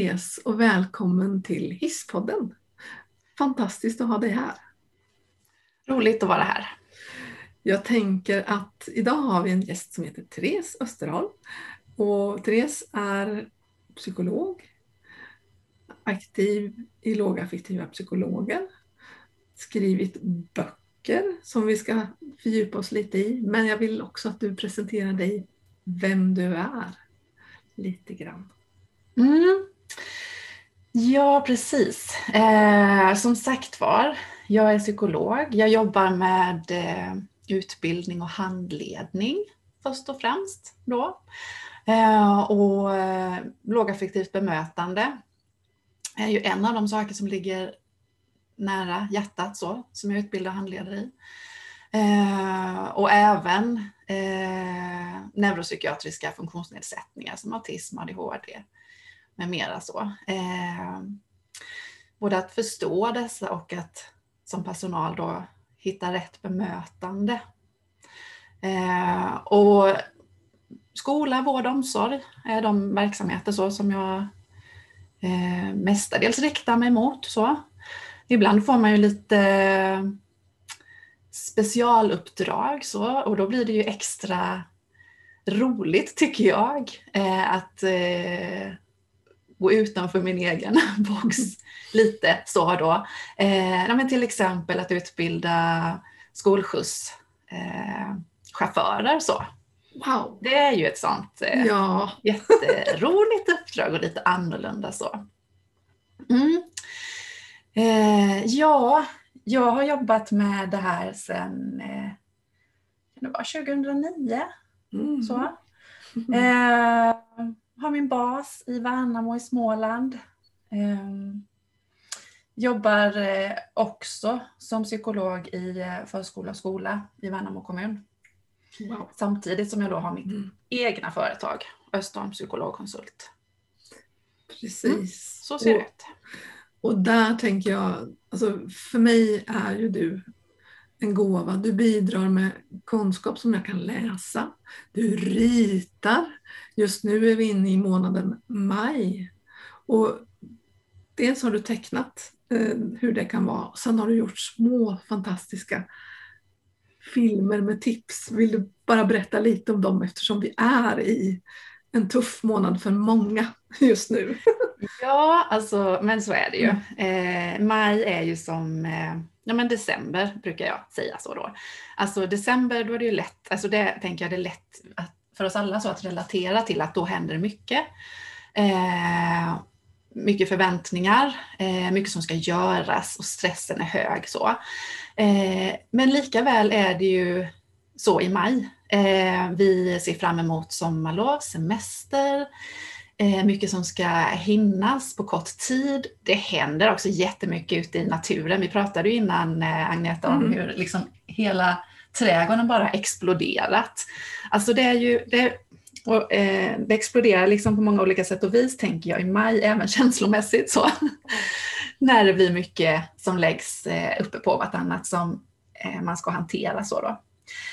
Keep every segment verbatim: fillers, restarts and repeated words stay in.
Therese och välkommen till Hisspodden. Fantastiskt att ha dig här. Roligt att vara här. Jag tänker att idag har vi en gäst som heter Therese Österholm. Och Therese är psykolog, aktiv i lågaffektiva psykologer, skrivit böcker som vi ska fördjupa oss lite i. Men jag vill också att du presenterar dig, vem du är, lite grann. Mm. Ja, precis. Eh, som sagt var, jag är psykolog. Jag jobbar med eh, utbildning och handledning först och främst. Då. Eh, och eh, lågaffektivt bemötande är ju en av de saker som ligger nära hjärtat, så, som jag utbildar handledare i. Eh, och även eh, neuropsykiatriska funktionsnedsättningar som autism, A D H D med mera så. Eh, både att förstå dessa och att som personal då hitta rätt bemötande. Eh, och skola, vård och omsorg är de verksamheter så som jag eh, mestadels riktar mig mot. Så. Ibland får man ju lite specialuppdrag så, och då blir det ju extra roligt tycker jag eh, att eh, gå utanför min egen box lite så då. Eh, men till exempel att utbilda skolskjutschaufförer eh, chaufförer, så. Wow. Det är ju ett sånt eh, ja. jätteroligt uppdrag och lite annorlunda så. Mm. Eh, ja, jag har jobbat med det här sedan eh, det var tjugohundranio. Mm. Så. Eh, har min bas i Värnamo i Småland. Eh, jobbar eh, också som psykolog i eh, förskola och skola i Värnamo kommun. Wow. Samtidigt som jag då har mitt mm. egna företag, Österholm psykologkonsult. Precis. Mm, så ser det och, ut. Och där tänker jag, alltså för mig är ju du en gåva. Du bidrar med kunskap som jag kan läsa. Du ritar. Just nu är vi inne i månaden maj. Och dels har du tecknat eh, hur det kan vara. Sen har du gjort små fantastiska filmer med tips. Vill du bara berätta lite om dem eftersom vi är i en tuff månad för många just nu? Ja, alltså, men så är det ju. Eh, maj är ju som, eh, ja men december brukar jag säga så då. Alltså december, då är det ju lätt, alltså det tänker jag det är lätt att, för oss alla så att relatera till att då händer mycket. Eh, mycket förväntningar, eh, mycket som ska göras och stressen är hög så. Eh, men lika väl är det ju så i maj. Eh, vi ser fram emot sommarlov, semester, eh, mycket som ska hinnas på kort tid. Det händer också jättemycket ute i naturen. Vi pratade ju innan eh, Agneta om mm. hur liksom hela trädgården bara exploderat. Alltså det är ju... Det, Och, eh, det exploderar liksom på många olika sätt och vis tänker jag i maj, även känslomässigt så. När det blir mycket som läggs eh, uppe på vartannat som eh, man ska hantera så då.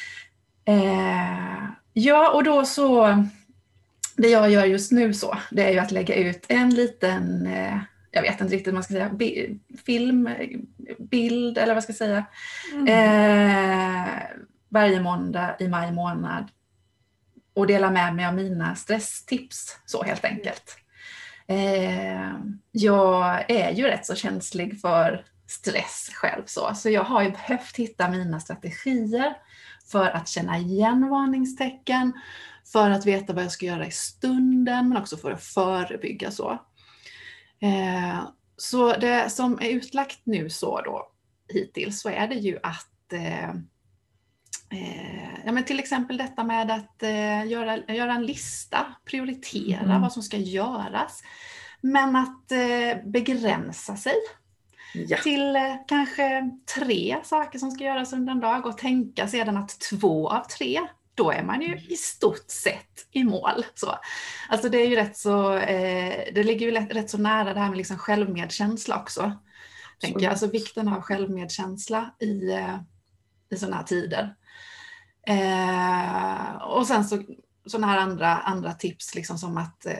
Eh, ja och då så, det jag gör just nu så, det är ju att lägga ut en liten, eh, jag vet inte riktigt vad man ska säga, bi- film, bild eller vad ska jag säga. Mm. Eh, varje måndag i maj månad. Och dela med mig av mina stresstips så helt enkelt. Eh, jag är ju rätt så känslig för stress själv så. Så jag har ju behövt hitta mina strategier för att känna igen varningstecken. För att veta vad jag ska göra i stunden men också för att förebygga så. Eh, så det som är utlagt nu så då hittills så är det ju att... Eh, Eh, ja, men till exempel detta med att eh, göra, göra en lista, prioritera mm. vad som ska göras. Men att eh, begränsa sig ja. till eh, kanske tre saker som ska göras under en dag och tänka sedan att två av tre, då är man ju i stort sett i mål. Så. Alltså det är ju rätt så, eh, det ligger ju rätt, rätt så nära det här med liksom självmedkänsla också. Tänker jag. Alltså vikten av självmedkänsla i, eh, i sådana här tider. Eh, och sen så sådana här andra, andra tips liksom som att eh,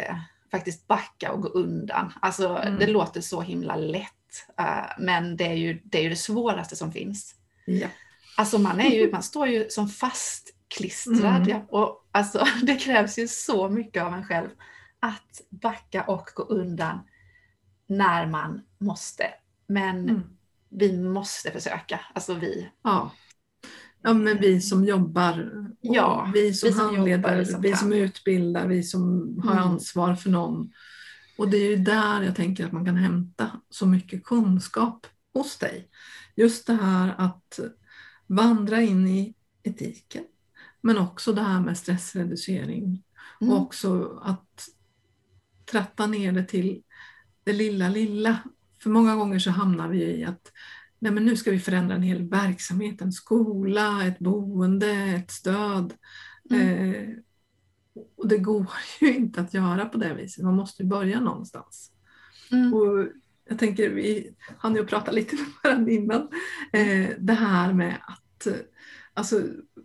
faktiskt backa och gå undan. Alltså Mm. det låter så himla lätt. Uh, men det är, ju, det är ju det svåraste som finns. Ja. Alltså man, är ju, man står ju som fastklistrad. Mm. Ja, och alltså, det krävs ju så mycket av en själv att backa och gå undan när man måste. Men Mm. vi måste försöka. Alltså vi. Ja. Ja, men vi som jobbar, och Ja, vi som vi som handleder, jobbar, som vi kan. som utbildar, vi som har Mm. ansvar för någon. Och det är ju där jag tänker att man kan hämta så mycket kunskap hos dig. Just det här att vandra in i etiken, men också det här med stressreducering. Mm. Och också att tratta ner det till det lilla, lilla. För många gånger så hamnar vi i att nej, men nu ska vi förändra en hel verksamhet, en skola, ett boende, ett stöd. Mm. Eh, och det går ju inte att göra på det viset. Man måste ju börja någonstans. Mm. Och jag tänker, vi hann ju prata lite med varandra innan. Eh, det här med att alltså,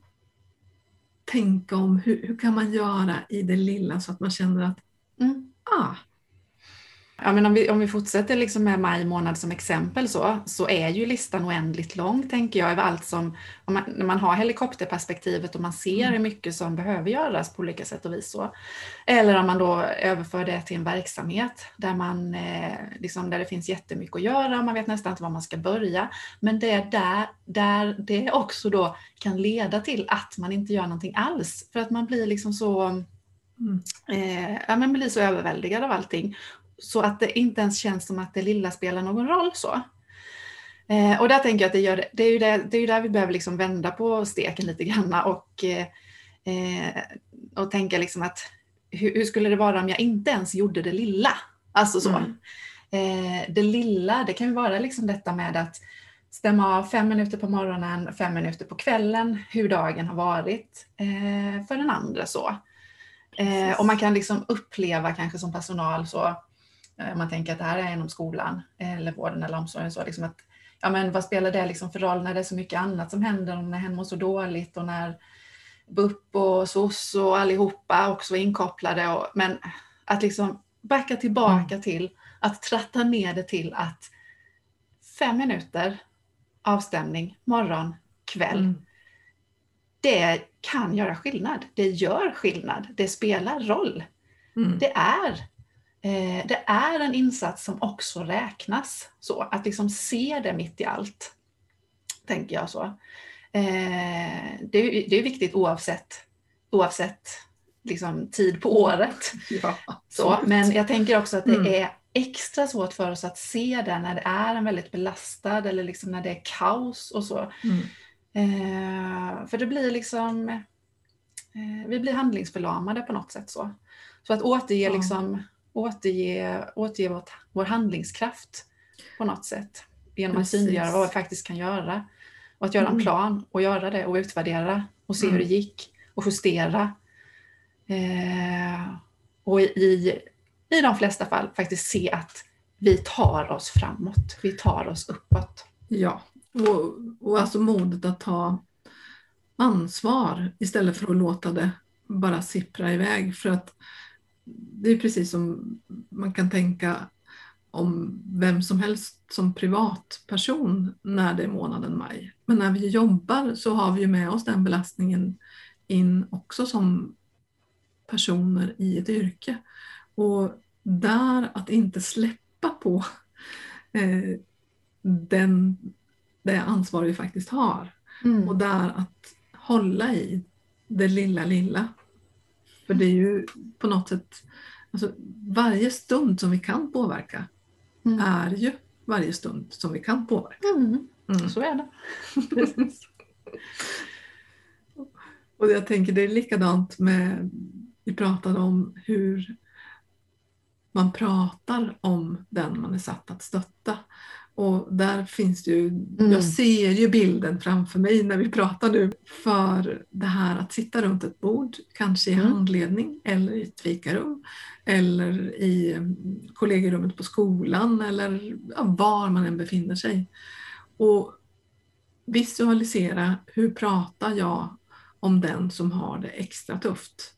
tänka om hur, hur kan man göra i det lilla så att man känner att Mm. ah, Ja, men om, vi, om vi fortsätter liksom med maj månad som exempel så, så är ju listan oändligt lång, tänker jag, över allt som, om man, när man har helikopterperspektivet och man ser hur mycket som behöver göras på olika sätt och vis så. Eller om man då överför det till en verksamhet där, man, eh, liksom, där det finns jättemycket att göra och man vet nästan inte var man ska börja. Men det är där, där det också då kan leda till att man inte gör någonting alls. För att man blir liksom så, mm, eh, ja, man blir så överväldigad av allting. Så att det inte ens känns som att det lilla spelar någon roll så. Eh, och där tänker jag att det, gör, det, är ju det, det är ju där vi behöver liksom vända på steken lite grann och, eh, och tänka liksom att hur, hur skulle det vara om jag inte ens gjorde det lilla? Alltså så. Mm. Eh, det lilla, det kan ju vara liksom detta med att stämma av fem minuter på morgonen, fem minuter på kvällen, hur dagen har varit eh, för den andra så. Eh, och man kan liksom uppleva kanske som personal så, om man tänker att det här är inom skolan eller vården eller omsorgen så liksom att ja men vad spelar det liksom för roll när det är så mycket annat som händer och när hen mår så dåligt och när B U P och S O S och allihopa också är inkopplade och, men att liksom backa tillbaka mm. till att tratta ner det till att fem minuter avstämning morgon, kväll mm. det kan göra skillnad, det gör skillnad, det spelar roll mm. det är Eh, det är en insats som också räknas. Så att liksom se det mitt i allt, tänker jag så. Eh, det, är, det är viktigt oavsett, oavsett liksom tid på året. Ja, så, men jag tänker också att det mm. är extra svårt för oss att se det när det är en väldigt belastad eller liksom när det är kaos och så. Mm. Eh, för det blir liksom, eh, vi blir handlingsförlamade på något sätt så. Så att återge ja. liksom återge, återge vårt, vår handlingskraft på något sätt. Genom Precis. Att synliggöra vad vi faktiskt kan göra. Och att göra mm. en plan och göra det och utvärdera och se mm. hur det gick och justera. Eh, och i, i de flesta fall faktiskt se att vi tar oss framåt. Vi tar oss uppåt. Ja, och, och alltså modet att ta ansvar istället för att låta det bara sippra iväg. För att det är precis som man kan tänka om vem som helst som privatperson när det är månaden maj. Men när vi jobbar så har vi ju med oss den belastningen in också som personer i ett yrke. Och där att inte släppa på eh, den, det ansvar vi faktiskt har. Mm. Och där att hålla i det lilla, lilla. För det är ju på något sätt, alltså varje stund som vi kan påverka mm. är ju varje stund som vi kan påverka. Mm. Mm. Så är det. Och jag tänker det är likadant med, vi pratade om hur man pratar om den man är satt att stötta. Och där finns det ju, mm. jag ser ju bilden framför mig när vi pratar nu för det här att sitta runt ett bord, kanske i mm. handledning eller i ett fikarum eller i kollegierummet på skolan eller ja, var man än befinner sig. Och visualisera hur pratar jag om den som har det extra tufft.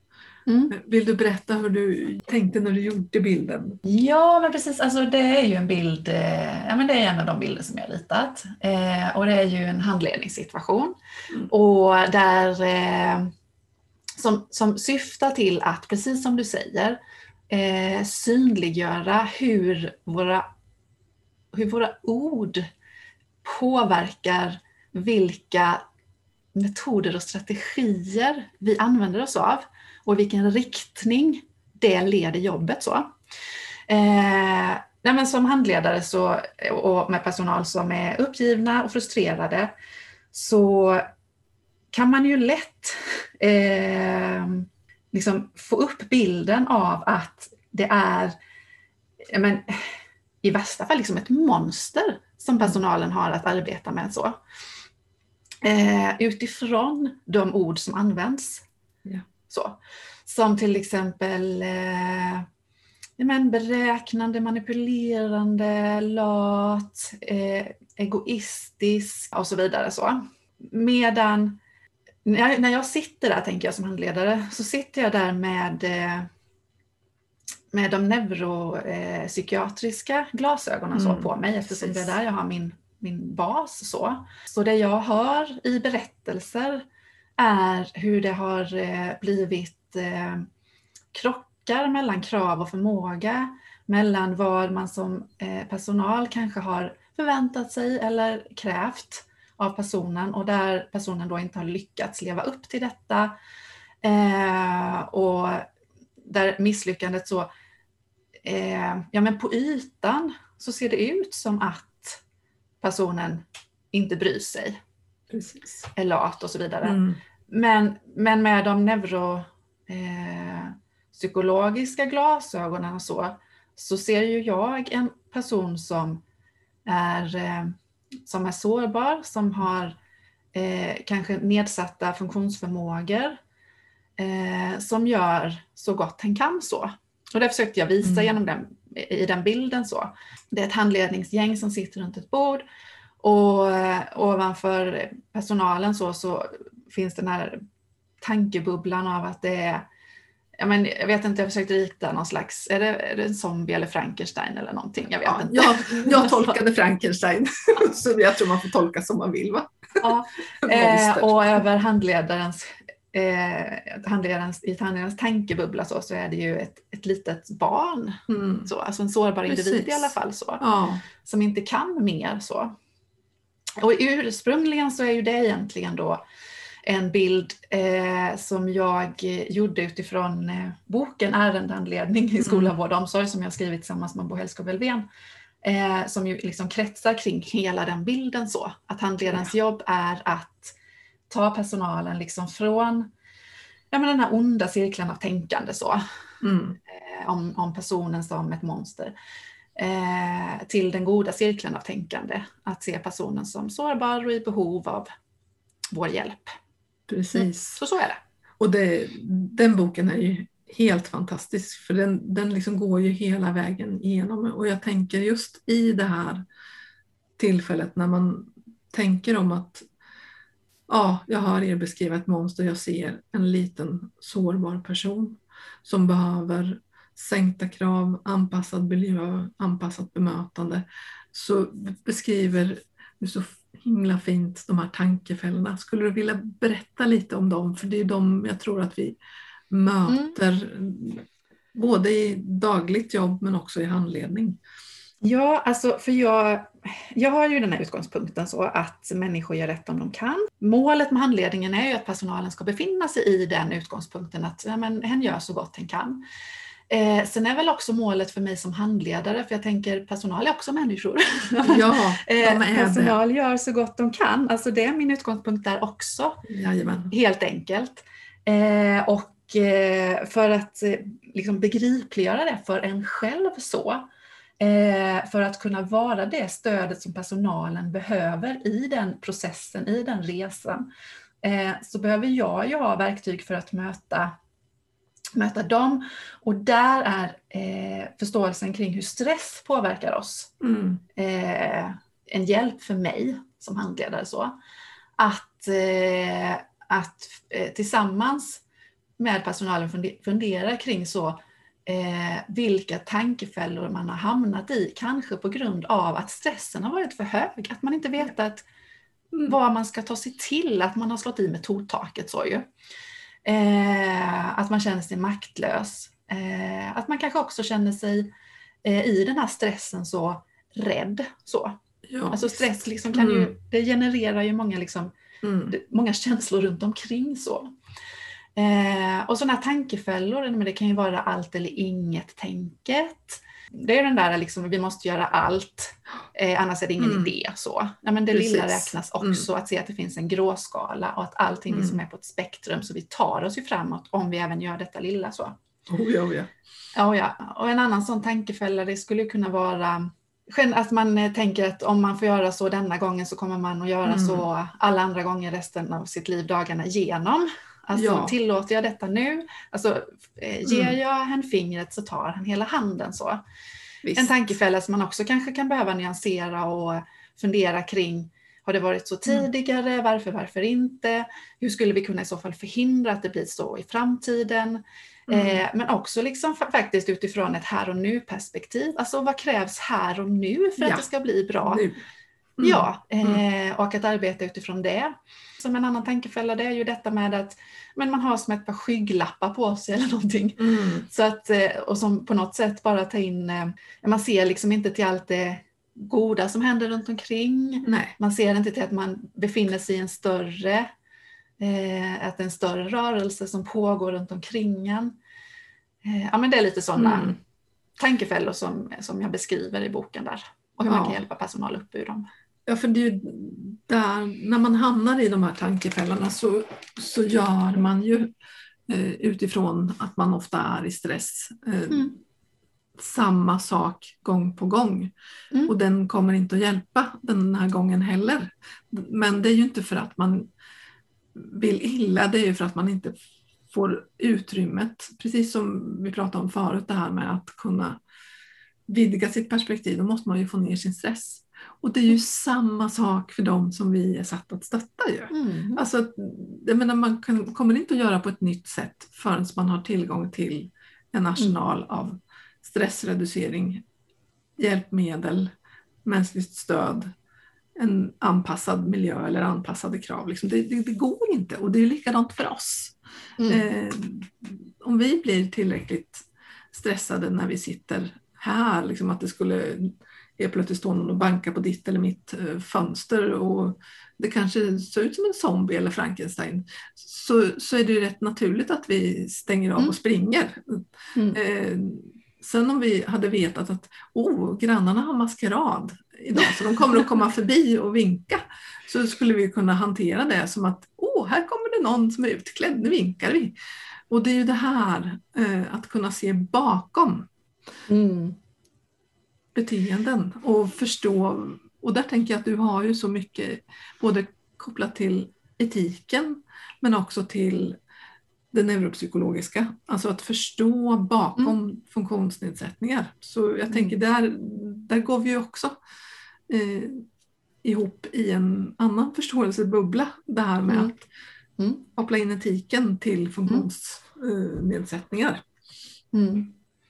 Mm. Vill du berätta hur du tänkte när du gjorde bilden? Ja, men precis. Alltså, det är ju en bild, eh, ja, men det är en av de bilder som jag har ritat. Eh, och det är ju en handledningssituation. Mm. Och där, eh, som, som syftar till att, precis som du säger, eh, synliggöra hur våra, hur våra ord påverkar vilka metoder och strategier vi använder oss av och vilken riktning det leder jobbet. Så. Eh, nej men som handledare så, och med personal som är uppgivna och frustrerade, så kan man ju lätt eh, liksom få upp bilden av att det är, men, i värsta fall liksom ett monster som personalen har att arbeta med. Så. Eh, utifrån de ord som används. Ja. Så. Som till exempel eh, men beräknande, manipulerande, lat, eh, egoistisk och så vidare. Så. Medan när jag, när jag sitter där, tänker jag som handledare, så sitter jag där med, eh, med de neuropsykiatriska glasögonen mm. så på mig, eftersom Precis. Det är där jag har min min bas. Så. så det jag hör i berättelser är hur det har eh, blivit eh, krockar mellan krav och förmåga, mellan vad man som eh, personal kanske har förväntat sig eller krävt av personen, och där personen då inte har lyckats leva upp till detta. Eh, och där misslyckandet så, eh, ja men på ytan så ser det ut som att personen inte bryr sig. Precis. Är lat och så vidare. Mm. Men, men med de neuropsykologiska eh, glasögonen och så, så ser ju jag en person som är, eh, som är sårbar, som har eh, kanske nedsatta funktionsförmågor, eh, som gör så gott hen kan. Så. Och det försökte jag visa mm. genom den, i den bilden. Så. Det är ett handledningsgäng som sitter runt ett bord, och eh, ovanför personalen så, så finns den här tankebubblan av att det är, jag, men, jag vet inte, jag försökte rita någon slags, är det, är det en zombie eller Frankenstein eller någonting? Jag vet ja, inte. Jag, jag tolkade Frankenstein, så jag tror man får tolka som man vill, va? Ja, eh, och över handledarens Eh, handledarens, i handledarens tankebubbla så, så är det ju ett, ett litet barn, mm. så, alltså en sårbar Precis. individ i alla fall, så, ja. som inte kan mer. Så. Och ursprungligen så är ju det egentligen då en bild eh, som jag gjorde utifrån eh, boken Ärendehandledning i skola, mm. vård och omsorg, som jag skrivit tillsammans med Bo Hellskog Belvén, eh, som ju liksom kretsar kring hela den bilden, så att handledarens ja. jobb är att ta personalen liksom från, ja, men den här onda cirkeln av tänkande, så, mm. eh, om, om personen som ett monster, eh, till den goda cirkeln av tänkande, att se personen som sårbar och i behov av vår hjälp. Precis. Mm. Så så är det. Och det, den boken är ju helt fantastisk, för den, den liksom går ju hela vägen igenom, och jag tänker just i det här tillfället när man tänker om att ja, jag hör er beskriva ett monster. Jag ser en liten sårbar person som behöver sänkta krav, anpassad miljö, anpassat bemötande. Så beskriver du så himla fint de här tankefällorna. Skulle du vilja berätta lite om dem? För det är de jag tror att vi möter mm. både i dagligt jobb men också i handledning. Ja, alltså för jag, jag har ju den här utgångspunkten så att människor gör rätt om de kan. Målet med handledningen är ju att personalen ska befinna sig i den utgångspunkten att ja, men, hen gör så gott hen kan. Eh, sen är väl också målet för mig som handledare, för jag tänker personal är också människor. Ja, de är eh, personal det. Gör så gott de kan. Alltså det är min utgångspunkt där också. Jajamän. Helt enkelt. Eh, och eh, för att eh, liksom begripliggöra det för en själv så. Eh, för att kunna vara det stödet som personalen behöver i den processen, i den resan, eh, så behöver jag ju ha verktyg för att möta, möta dem. Och där är eh, förståelsen kring hur stress påverkar oss mm. eh, en hjälp för mig som handledare. Så. Att, eh, att eh, tillsammans med personalen funderar kring så eh, vilka tankefällor man har hamnat i, kanske på grund av att stressen har varit för hög, att man inte vet att mm. vad man ska ta sig till, att man har slått i med totaket så ju. Eh, att man känner sig maktlös. Eh, att man kanske också känner sig eh, i den här stressen så rädd. Så. Ja, alltså stress liksom kan mm. ju, det genererar ju många, liksom, mm. det, många känslor runt omkring så. Eh, och sådana här tankefällor, men det kan ju vara allt eller inget tänket. Det är den där liksom, vi måste göra allt, eh, annars är det ingen mm. idé. Så. Ja, men det Precis. lilla räknas också, mm. att se att det finns en gråskala och att allting mm. liksom är på ett spektrum, så vi tar oss ju framåt om vi även gör detta lilla så. Oh ja, oh ja. Oh ja. Och en annan sån tankefälla, det skulle kunna vara att man tänker att om man får göra så denna gången så kommer man att göra mm. så alla andra gånger resten av sitt liv dagarna igenom. Alltså ja. tillåter jag detta nu? Alltså eh, ger mm. jag han fingret så tar han hela handen så. Visst. En tankefälla som man också kanske kan behöva nyansera och fundera kring. Har det varit så tidigare? Mm. Varför, varför inte? Hur skulle vi kunna i så fall förhindra att det blir så i framtiden? Mm. Eh, men också liksom faktiskt utifrån ett här och nu perspektiv. Alltså vad krävs här och nu för ja. att det ska bli bra? Mm. Ja, eh, och att arbeta utifrån det. Som en annan tankefälla, det är ju detta med att men man har som ett par skygglappar på sig eller någonting. Mm. Så att, och som på något sätt bara ta in, man ser liksom inte till allt det goda som händer runt omkring. Nej. Man ser inte till att man befinner sig i en större, eh, att en större rörelse som pågår runt omkring en. Eh, ja men det är lite sådana mm. tankefällor som, som jag beskriver i boken där. Och hur ja. man kan hjälpa personal upp ur dem. Ja, för det är ju där, när man hamnar i de här tankefällorna så, så gör man ju eh, utifrån att man ofta är i stress eh, mm. samma sak gång på gång. Mm. Och den kommer inte att hjälpa den här gången heller. Men det är ju inte för att man vill illa, det är ju för att man inte får utrymmet. Precis som vi pratade om förut, det här med att kunna vidga sitt perspektiv, då måste man ju få ner sin stress. Och det är ju samma sak för dem som vi är satt att stötta ju. Mm. Alltså, jag menar, man kan, kommer inte att göra på ett nytt sätt förrän man har tillgång till en arsenal mm. av stressreducering, hjälpmedel, mänskligt stöd, en anpassad miljö eller anpassade krav. Liksom det, det, det går inte, och det är likadant för oss. Mm. Eh, om vi blir tillräckligt stressade när vi sitter här, liksom att det skulle är plötsligt stå någon och banka på ditt eller mitt eh, fönster och det kanske ser ut som en zombie eller Frankenstein, så, så är det ju rätt naturligt att vi stänger av mm. och springer. Mm. Eh, sen om vi hade vetat att oh, grannarna har maskerad idag så de kommer att komma förbi och vinka, så skulle vi kunna hantera det som att oh, här kommer det någon som är utklädd, nu vinkar vi. Och det är ju det här eh, att kunna se bakom mm. beteenden och förstå, och där tänker jag att du har ju så mycket både kopplat till etiken men också till det neuropsykologiska, alltså att förstå bakom mm. funktionsnedsättningar. Så jag tänker där, där går vi ju också eh, ihop i en annan förståelsebubbla, det här med mm. att mm. koppla in etiken till funktionsnedsättningar. Mm.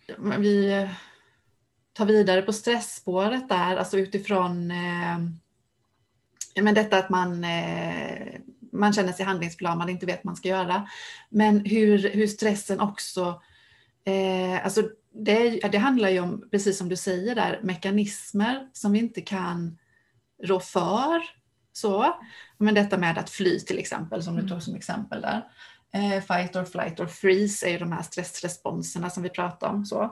Vi tar vidare på stressspåret där, alltså utifrån eh, men detta att man, eh, man känner sig handlingsförlamad, inte vet vad man ska göra. Men hur, hur stressen också, eh, alltså det, det handlar ju om, precis som du säger där, mekanismer som vi inte kan rå för. Så. Men detta med att fly till exempel, som du tog som exempel där. Eh, fight or flight or freeze är ju de här stressresponserna som vi pratar om. Så.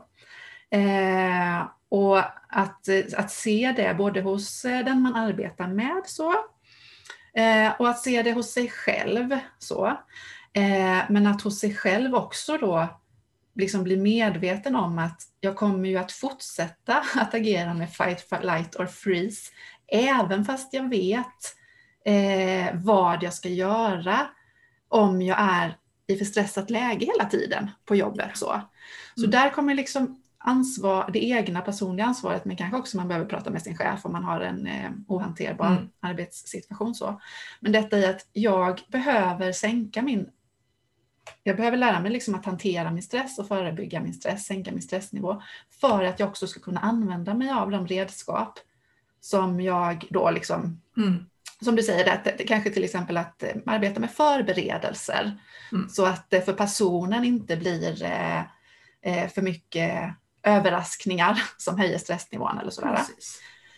Eh, och att, att se det både hos den man arbetar med så, eh, och att se det hos sig själv så, eh, men att hos sig själv också då liksom bli medveten om att jag kommer ju att fortsätta att agera med fight, flight or freeze även fast jag vet eh, vad jag ska göra om jag är i för stressat läge hela tiden på jobbet så. Så mm. där kommer liksom ansvar, det egna personliga ansvaret, men kanske också man behöver prata med sin chef om man har en eh, ohanterbar mm. arbetssituation så. Men detta är att jag behöver sänka min jag behöver lära mig liksom att hantera min stress och förebygga min stress, sänka min stressnivå, för att jag också ska kunna använda mig av de redskap som jag då liksom, Mm. som du säger, att det, kanske till exempel att eh, arbeta med förberedelser, Mm. så att det för personen inte blir eh, eh, för mycket överraskningar som höjer stressnivån eller sådär. Precis.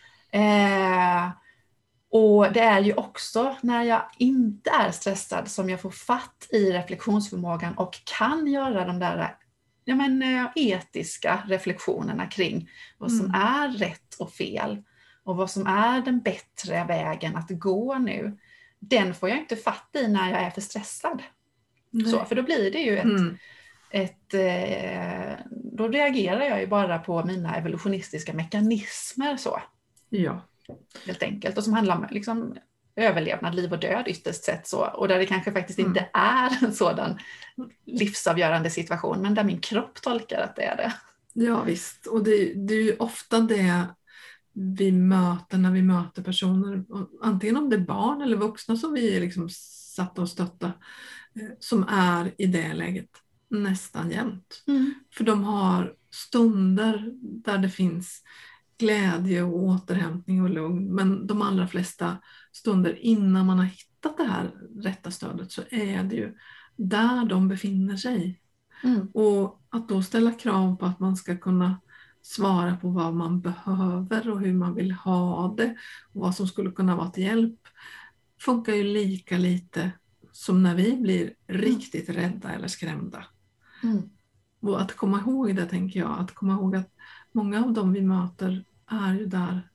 Eh, och det är ju också när jag inte är stressad som jag får fatt i reflektionsförmågan och kan göra de där ja men, eh, etiska reflektionerna kring vad som Mm. är rätt och fel och vad som är den bättre vägen att gå nu. Den får jag inte fatt i när jag är för stressad. Så, för då blir det ju ett, Mm. ett eh, då reagerar jag ju bara på mina evolutionistiska mekanismer så. Ja. Helt enkelt. Och som handlar om liksom, överlevnad, liv och död ytterst sett så. Och där det kanske faktiskt Mm. inte är en sådan livsavgörande situation, men där min kropp tolkar att det är det. Ja visst, och det, det är ju ofta det vi möter när vi möter personer, antingen om det är barn eller vuxna som vi är liksom satta och stötta, som är i det läget nästan jämt. Mm. För de har stunder där det finns glädje och återhämtning och lugn, men de allra flesta stunder innan man har hittat det här rätta stödet så är det ju där de befinner sig. Mm. Och att då ställa krav på att man ska kunna svara på vad man behöver och hur man vill ha det och vad som skulle kunna vara till hjälp funkar ju lika lite som när vi blir riktigt rädda eller skrämda. Mm. Och att komma ihåg det, tänker jag, att komma ihåg att många av dem vi möter är ju där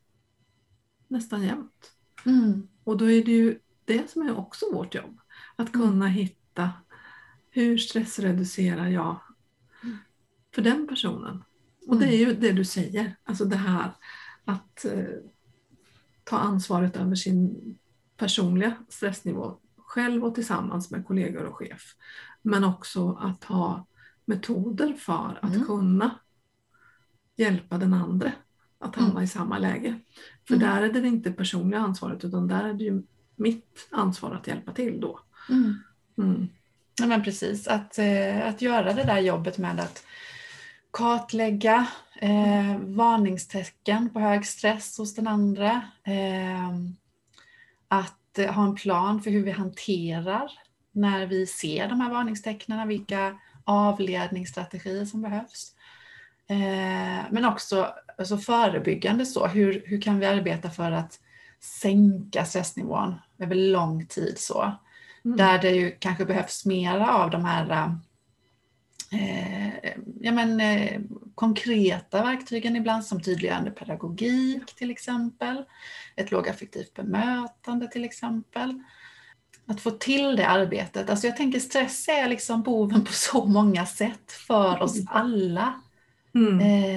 nästan jämt. Mm. Och då är det ju det som är också vårt jobb. Att kunna hitta hur stressreducerar jag för den personen. Och det är ju det du säger. Alltså det här att eh, ta ansvaret över sin personliga stressnivå själv och tillsammans med kollegor och chef. Men också att ha metoder för att Mm. kunna hjälpa den andra att hamna Mm. i samma läge. För Mm. där är det inte personliga ansvaret, utan där är det ju mitt ansvar att hjälpa till då. Mm. Mm. Ja, men precis, att, eh, att göra det där jobbet med att kartlägga eh, varningstecken på hög stress hos den andra. Eh, att eh, ha en plan för hur vi hanterar när vi ser de här varningstecknen, vilka avledningsstrategier som behövs. Eh, men också alltså förebyggande så, hur, hur kan vi arbeta för att sänka stressnivån över lång tid så. Mm. Där det ju kanske behövs mera av de här eh, ja men, eh, konkreta verktygen ibland, som tydliggörande pedagogik till exempel. Ett lågaffektivt bemötande till exempel. Att få till det arbetet. Alltså jag tänker stress är liksom boven på så många sätt för oss alla. Mm.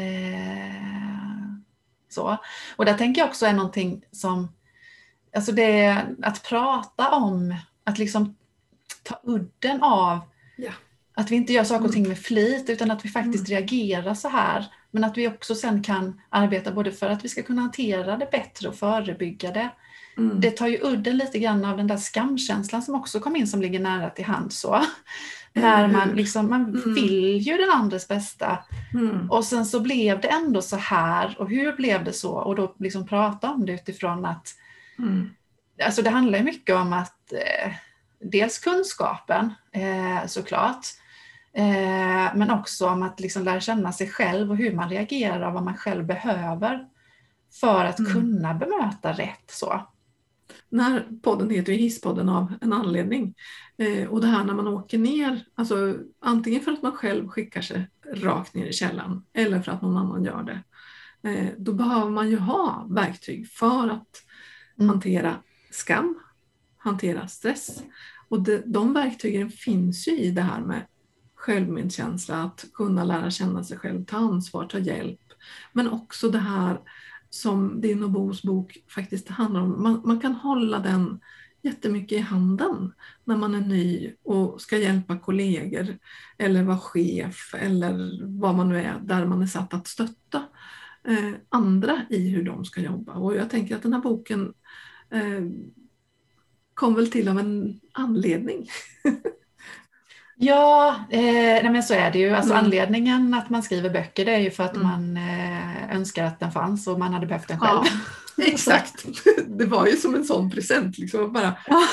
Eh, så. Och där tänker jag också är någonting som, alltså det är att prata om, att liksom ta udden av Ja. att vi inte gör saker och ting med flit, utan att vi faktiskt Mm. reagerar så här. Men att vi också sen kan arbeta både för att vi ska kunna hantera det bättre och förebygga det. Mm. Det tar ju udden lite grann av den där skamkänslan som också kom in, som ligger nära till hand så. När man liksom, man Mm. vill ju den andres bästa. Mm. Och sen så blev det ändå så här, och hur blev det så? Och då liksom prata om det utifrån att, Mm. alltså det handlar ju mycket om att eh, dels kunskapen eh, såklart, eh, men också om att liksom lära känna sig själv och hur man reagerar och vad man själv behöver för att Mm. kunna bemöta rätt så. Den här podden heter ju Hisspodden av en anledning. Eh, och det här när man åker ner, alltså antingen för att man själv skickar sig rakt ner i källan eller för att någon annan gör det. Eh, då behöver man ju ha verktyg för att Mm. hantera skam, hantera stress. Och det, de verktygen finns ju i det här med självmedkänsla, att kunna lära känna sig själv, ta ansvar, ta hjälp. Men också det här som din och Bos bok faktiskt handlar om. Man, man kan hålla den jättemycket i handen när man är ny och ska hjälpa kollegor eller vara chef eller vad man nu är, där man är satt att stötta eh, andra i hur de ska jobba. Och jag tänker att den här boken eh, kom väl till av en anledning. Ja, eh, nej men så är det ju. Alltså Mm. anledningen att man skriver böcker, det är ju för att Mm. man eh, önskar att den fanns och man hade behövt den själv. Ja, exakt. Det var ju som en sån present. Liksom, bara. Ja,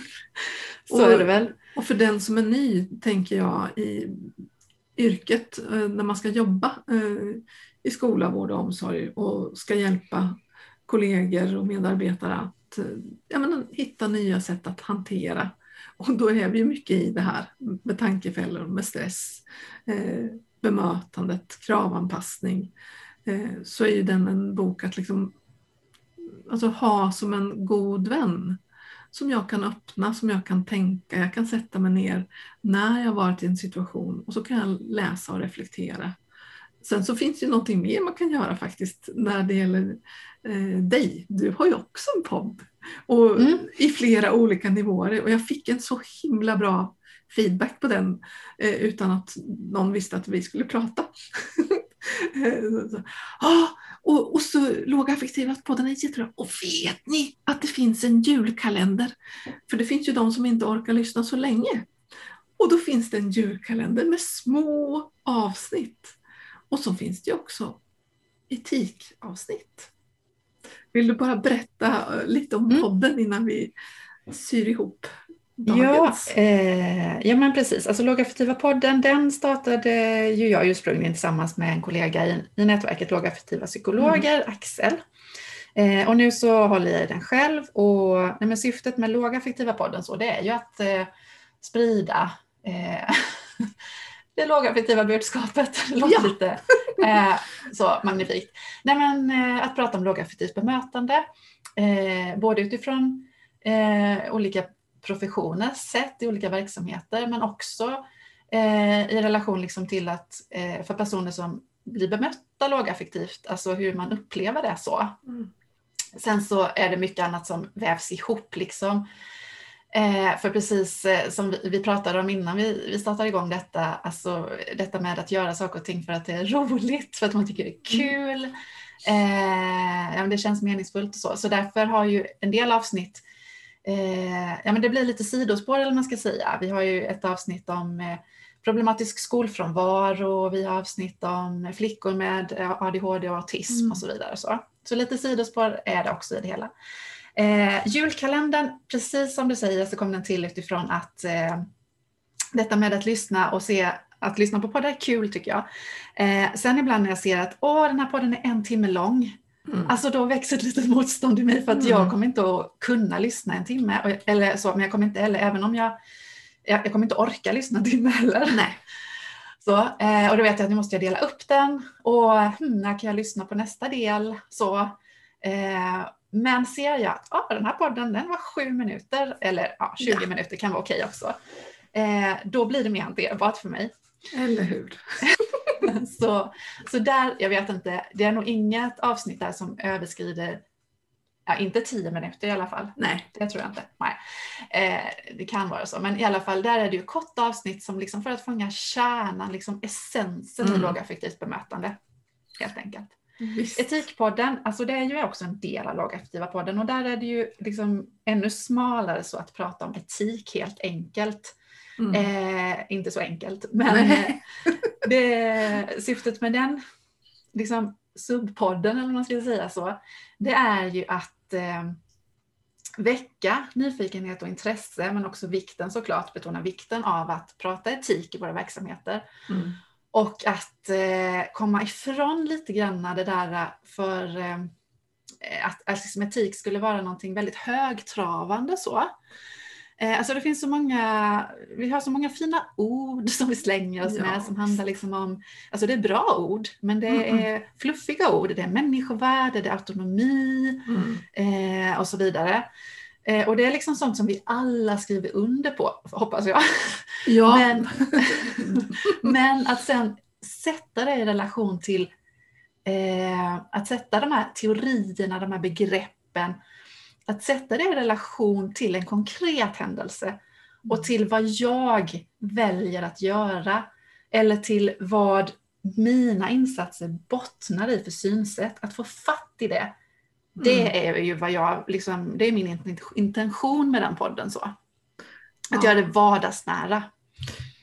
så och, är det väl. och för den som är ny, tänker jag, i yrket, eh, när man ska jobba eh, i skola, vård och omsorg och ska hjälpa kollegor och medarbetare att eh, ja, men, hitta nya sätt att hantera. Och då är vi ju mycket i det här med tankefällor, med stress, eh, bemötandet, kravanpassning. Eh, så är ju den en bok att liksom, alltså, ha som en god vän. Som jag kan öppna, som jag kan tänka, jag kan sätta mig ner när jag varit i en situation och så kan jag läsa och reflektera. Sen så finns det ju någonting mer man kan göra faktiskt när det gäller eh, dig. Du har ju också en podd och Mm. i flera olika nivåer och jag fick en så himla bra feedback på den eh, utan att någon visste att vi skulle prata. så, ah, och, och så lågaffektiva podden är jättebra. Och vet ni att det finns en julkalender? För det finns ju de som inte orkar lyssna så länge. Och då finns det en julkalender med små avsnitt. Och så finns det ju också etikavsnitt. Vill du bara berätta lite om Mm. podden innan vi syr ihop Ja, dagens? eh, ja, men precis. Alltså Lågaffektiva podden, den startade ju jag ursprungligen tillsammans med en kollega i, i nätverket Lågaffektiva psykologer, mm. Axel. Eh, och nu så håller jag i den själv. Och nej, men syftet med Lågaffektiva podden så, det är ju att eh, sprida eh, det lågaffektiva budskapet. Det låter ja. lite eh, så magnifikt. Nej, men, eh, att prata om lågaffektivt bemötande, eh, både utifrån eh, olika professioners sätt i olika verksamheter, men också eh, i relation liksom till att eh, för personer som blir bemötta lågaffektivt, alltså hur man upplever det så. Mm. Sen så är det mycket annat som vävs ihop liksom. Eh, för precis eh, som vi, vi pratade om innan vi, vi startade igång detta, alltså detta med att göra saker och ting för att det är roligt, för att man tycker det är kul, eh, ja, det känns meningsfullt och så. Så därför har ju en del avsnitt, eh, ja men det blir lite sidospår eller man ska säga. Vi har ju ett avsnitt om eh, problematisk skolfrånvaro, vi har avsnitt om flickor med A D H D och autism mm. och så vidare. Så. så lite sidospår är det också i det hela. Eh, julkalendern, precis som du säger, så kom den till utifrån att eh, detta med att lyssna och se att lyssna på poddar är kul tycker jag. Eh, sen ibland när jag ser att åh, den här podden är en timme lång, mm. alltså då växer ett litet motstånd i mig för att mm. jag kommer inte att kunna lyssna en timme och, eller så, men jag kommer inte heller, även om jag jag, jag kommer inte orka lyssna en timme heller. Nej. Så, eh, och då vet jag att nu måste jag dela upp den och hmm, när kan jag lyssna på nästa del så eh, men ser jag att ah, den här podden den var sju minuter eller ah, tjugo ja. minuter kan vara okej också. Eh, då blir det mer hanterbart för mig. Eller hur? så, så där, jag vet inte, det är nog inget avsnitt där som överskrider, ja, inte tio minuter i alla fall. Nej. Det tror jag inte. Nej. Eh, det kan vara så. Men i alla fall, där är det ju kort avsnitt som liksom för att fånga kärnan, liksom essensen mm. i lågaffektivt bemötande. Helt enkelt. Visst. Etikpodden, alltså det är ju också en del av Lågaffektiva podden och där är det ju liksom ännu smalare så att prata om etik helt enkelt. Mm. Eh, inte så enkelt, men det, syftet med den liksom subpodden eller vad man ska säga så, det är ju att eh, väcka nyfikenhet och intresse men också vikten såklart, betona vikten av att prata etik i våra verksamheter. Mm. Och att eh, komma ifrån lite grann det där för eh, att, att liksom etik skulle vara någonting väldigt högtravande så. Eh, alltså det finns så många, vi har så många fina ord som vi slänger oss ja. med som handlar liksom om, alltså det är bra ord men det mm. är fluffiga ord, det är människovärde, det är autonomi mm. eh, och så vidare. Eh, och det är liksom sånt som vi alla skriver under på, hoppas jag. Ja. Men, men att sen sätta det i relation till eh, att sätta de här teorierna, de här begreppen, att sätta det i relation till en konkret händelse och till vad jag väljer att göra eller till vad mina insatser bottnar i för synsätt, att få fatt i det. Det är ju vad jag, liksom, det är min intention med den podden så. Att ja. göra det vardagsnära.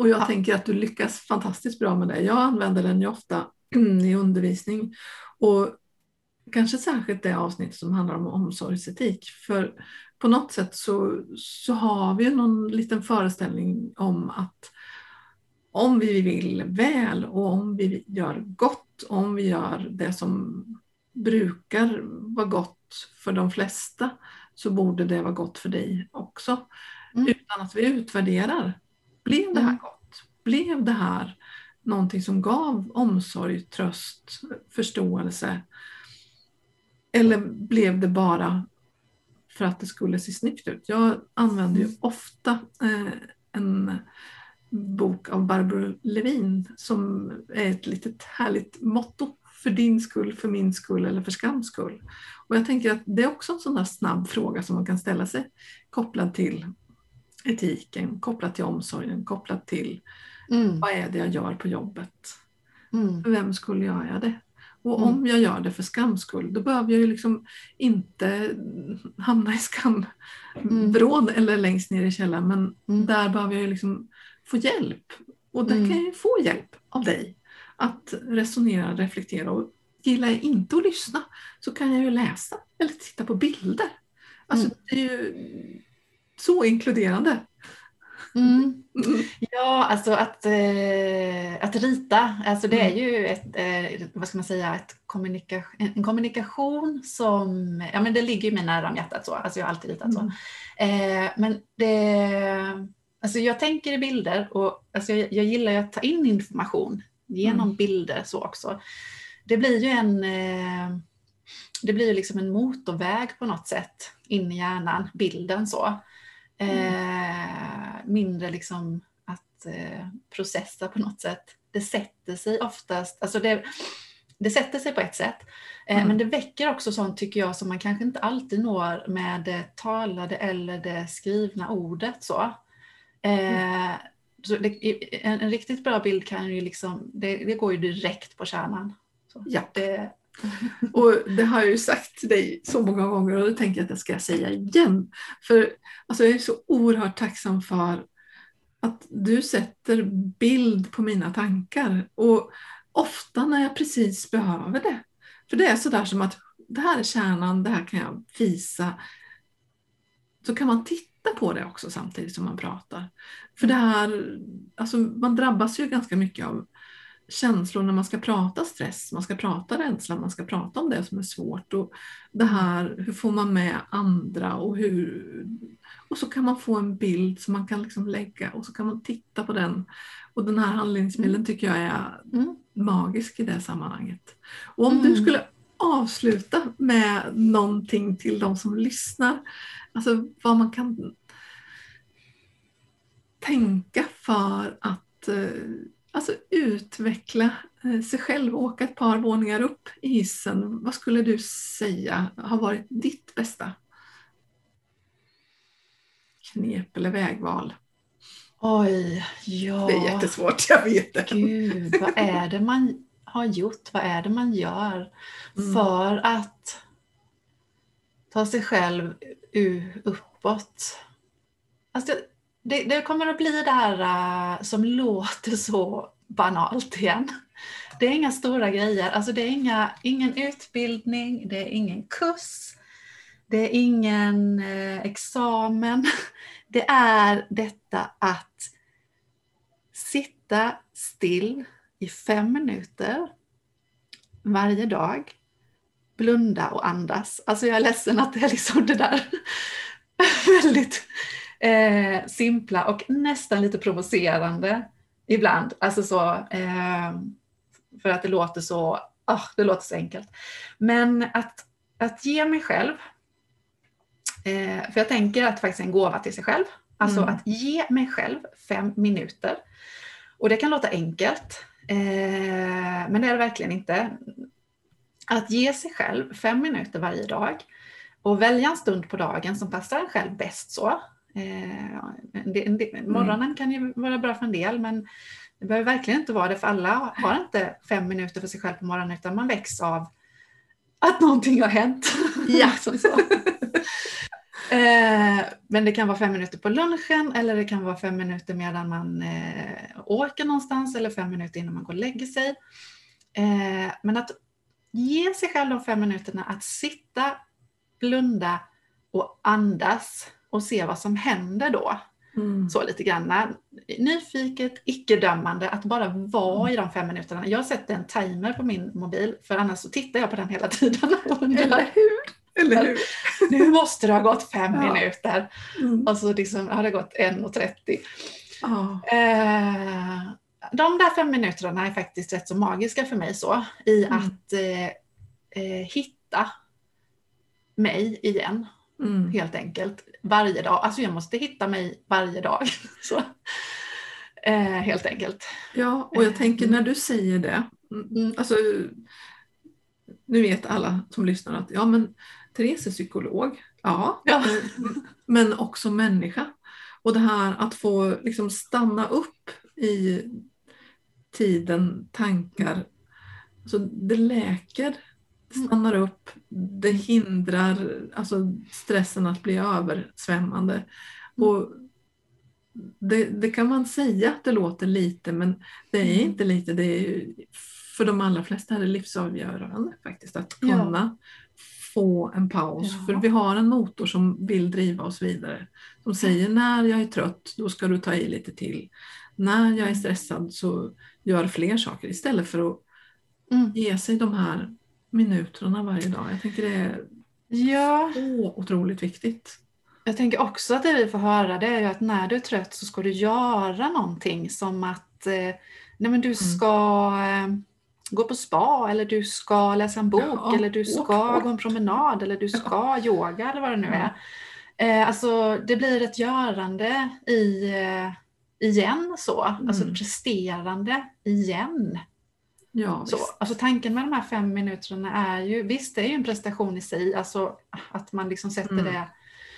Och jag Ja. tänker att du lyckas fantastiskt bra med det. Jag använder den ju ofta i undervisning. Och kanske särskilt det avsnitt som handlar om omsorgsetik. För på något sätt så, så har vi någon liten föreställning om att om vi vill väl och om vi gör gott, om vi gör det som brukar vara gott för de flesta, så borde det vara gott för dig också. Mm. Utan att vi utvärderar. Blev det här mm. gott? Blev det här någonting som gav omsorg, tröst, förståelse? Eller blev det bara för att det skulle se snyggt ut? Jag använder ju ofta eh, en bok av Barbro Levin som är ett litet härligt motto: för din skull, för min skull eller för skams skull. Och jag tänker att det är också en sån där snabb fråga som man kan ställa sig, kopplad till etiken, kopplad till omsorgen, kopplad till mm. vad är det jag gör på jobbet? Mm. För vem skulle jag göra det? Och mm. om jag gör det för skams skull, då behöver jag ju liksom inte hamna i skambråd mm. eller längst ner i källaren, men mm. där behöver jag ju liksom få hjälp. Och där mm. kan jag ju få hjälp av dig att resonera, reflektera. Och gillar jag inte att lyssna så kan jag ju läsa eller titta på bilder. Alltså mm. det är ju så inkluderande. Mm. Mm. Ja, alltså att, eh, att rita, alltså det är ju ett, eh, vad ska man säga, ett kommunika- en kommunikation som, ja men det ligger ju mig nära om hjärtat så, alltså jag har alltid ritat så. Mm. Eh, men det, alltså jag tänker i bilder och alltså jag, jag gillar ju att ta in information genom mm. bilder så också. Det blir ju en, eh, det blir ju liksom en motorväg på något sätt in i hjärnan, bilden så. Eh, mindre liksom att eh, processa på något sätt. Det sätter sig oftast, alltså det, det sätter sig på ett sätt, eh, mm. men det väcker också sånt tycker jag som man kanske inte alltid når med det talade eller det skrivna ordet så. Eh, mm. så det, en, en riktigt bra bild kan ju liksom, det, det går ju direkt på kärnan. Så ja. det, Och det har jag ju sagt till dig så många gånger och det tänker jag att jag ska säga igen. För alltså, jag är så oerhört tacksam för att du sätter bild på mina tankar. Och ofta när jag precis behöver det. För det är sådär som att det här är kärnan, det här kan jag visa. Så kan man titta på det också samtidigt som man pratar. För det här, alltså man drabbas ju ganska mycket av känslor när man ska prata stress, man ska prata rädsla, man ska prata om det som är svårt och det här, hur får man med andra och hur, och så kan man få en bild som man kan liksom lägga och så kan man titta på den och den här handlingsbilden mm. tycker jag är mm. magisk i det sammanhanget. Och om mm. du skulle avsluta med någonting till de som lyssnar, alltså vad man kan tänka för att alltså utveckla sig själv och åka ett par våningar upp i hissen. Vad skulle du säga har varit ditt bästa knep eller vägval? Oj, ja. Det är jättesvårt, jag vet det. Gud, vad är det man har gjort? Vad är det man gör mm. för att ta sig själv uppåt? Alltså, det, det kommer att bli det här uh, som låter så banalt igen. Det är inga stora grejer. Alltså det är inga, ingen utbildning, det är ingen kurs, det är ingen eh, examen. Det är detta att sitta still i fem minuter varje dag, blunda och andas. Alltså jag är ledsen att det är liksom det där väldigt eh, simpla och nästan lite provocerande ibland. Alltså så, eh, för att det låter så, oh, det låter så enkelt. Men att, att ge mig själv, eh, för jag tänker att faktiskt en gåva till sig själv. Alltså mm. att ge mig själv fem minuter. Och det kan låta enkelt, eh, men det är det verkligen inte. Att ge sig själv fem minuter varje dag och välja en stund på dagen som passar en själv bäst så. Eh, det, det, morgonen kan ju vara bra för en del, men det behöver verkligen inte vara det, för alla har inte fem minuter för sig själv på morgonen, utan man väcks av att någonting har hänt. Ja. så. Eh, men det kan vara fem minuter på lunchen, eller det kan vara fem minuter medan man eh, åker någonstans, eller fem minuter innan man går och lägger sig. Eh, men att ge sig själv de fem minuterna att sitta, blunda och andas och se vad som händer då. Mm. Så lite grann nyfiket, icke-dömande, att bara vara mm. i de fem minuterna. Jag sätter en timer på min mobil, för annars så tittar jag på den hela tiden. Eller hur? Eller hur? Nu måste det ha gått fem ja. minuter. Mm. Och så liksom har det gått en och trettio. Oh. Eh, de där fem minuterna är faktiskt rätt så magiska för mig, så i mm. att eh, eh, hitta mig igen. Mm. Helt enkelt. Varje dag. Alltså jag måste hitta mig varje dag. Så. Eh, helt enkelt. Ja, och jag tänker när du säger det. Mm, alltså, nu vet alla som lyssnar att ja, men Therese är psykolog. Ja, ja. Men också människa. Och det här att få liksom stanna upp i tiden, tankar. Alltså det läker. Stannar upp, det hindrar alltså stressen att bli översvämmande. Mm. Och det, det kan man säga att det låter lite, men det är mm. inte lite. Det är, för de allra flesta är det livsavgörande faktiskt att kunna ja. få en paus. Ja. För vi har en motor som vill driva oss vidare. Som säger när jag är trött, då ska du ta i lite till. När jag är stressad så gör fler saker istället för att mm. ge sig de här minuterna varje dag. Jag tänker det är ja. så otroligt viktigt. Jag tänker också att det vi får höra, det är ju att när du är trött så ska du göra någonting, som att eh, nej men du ska eh, gå på spa, eller du ska läsa en bok, ja, eller du ska åk, åk. gå en promenad, eller du ska ja. yoga, eller vad det nu är. Eh, alltså det blir ett görande i, eh, igen så. Mm. Alltså presterande igen. Ja, så, alltså tanken med de här fem minuterna är ju, visst det är ju en prestation i sig, alltså att man liksom sätter mm. det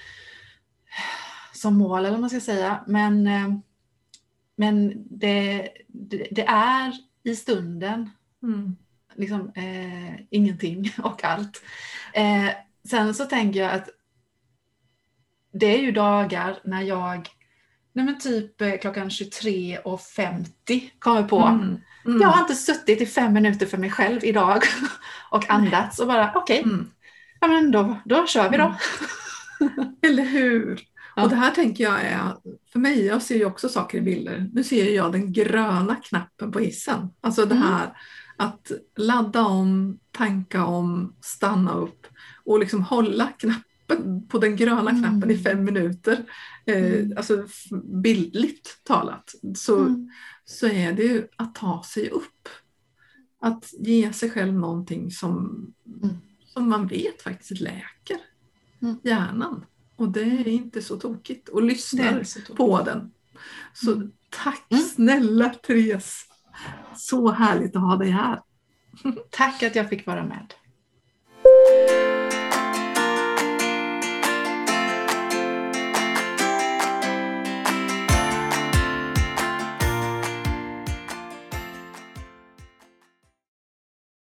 som mål, eller vad man ska säga, men, men det, det, det är i stunden mm. liksom eh, ingenting och allt. Eh, sen så tänker jag att det är ju dagar när jag nej men typ klockan tjugotre och femtio kommer på mm. Mm. jag har inte suttit i fem minuter för mig själv idag och andats och bara okej, okay, mm. ja men då, då kör vi då. Mm. Eller hur? Ja. Och det här tänker jag är, för mig, jag ser ju också saker i bilder. Nu ser jag den gröna knappen på hissen. Alltså det här mm. att ladda om, tanka om, stanna upp och liksom hålla knappen på den gröna knappen mm. i fem minuter. Eh, mm. Alltså bildligt talat. Så, mm. så är det ju att ta sig upp. Att ge sig själv någonting som, mm. som man vet faktiskt läker mm. hjärnan. Och det är inte så tokigt. Och lyssnar på den. Så mm. tack mm. snälla Therese. Så härligt att ha dig här. Tack att jag fick vara med.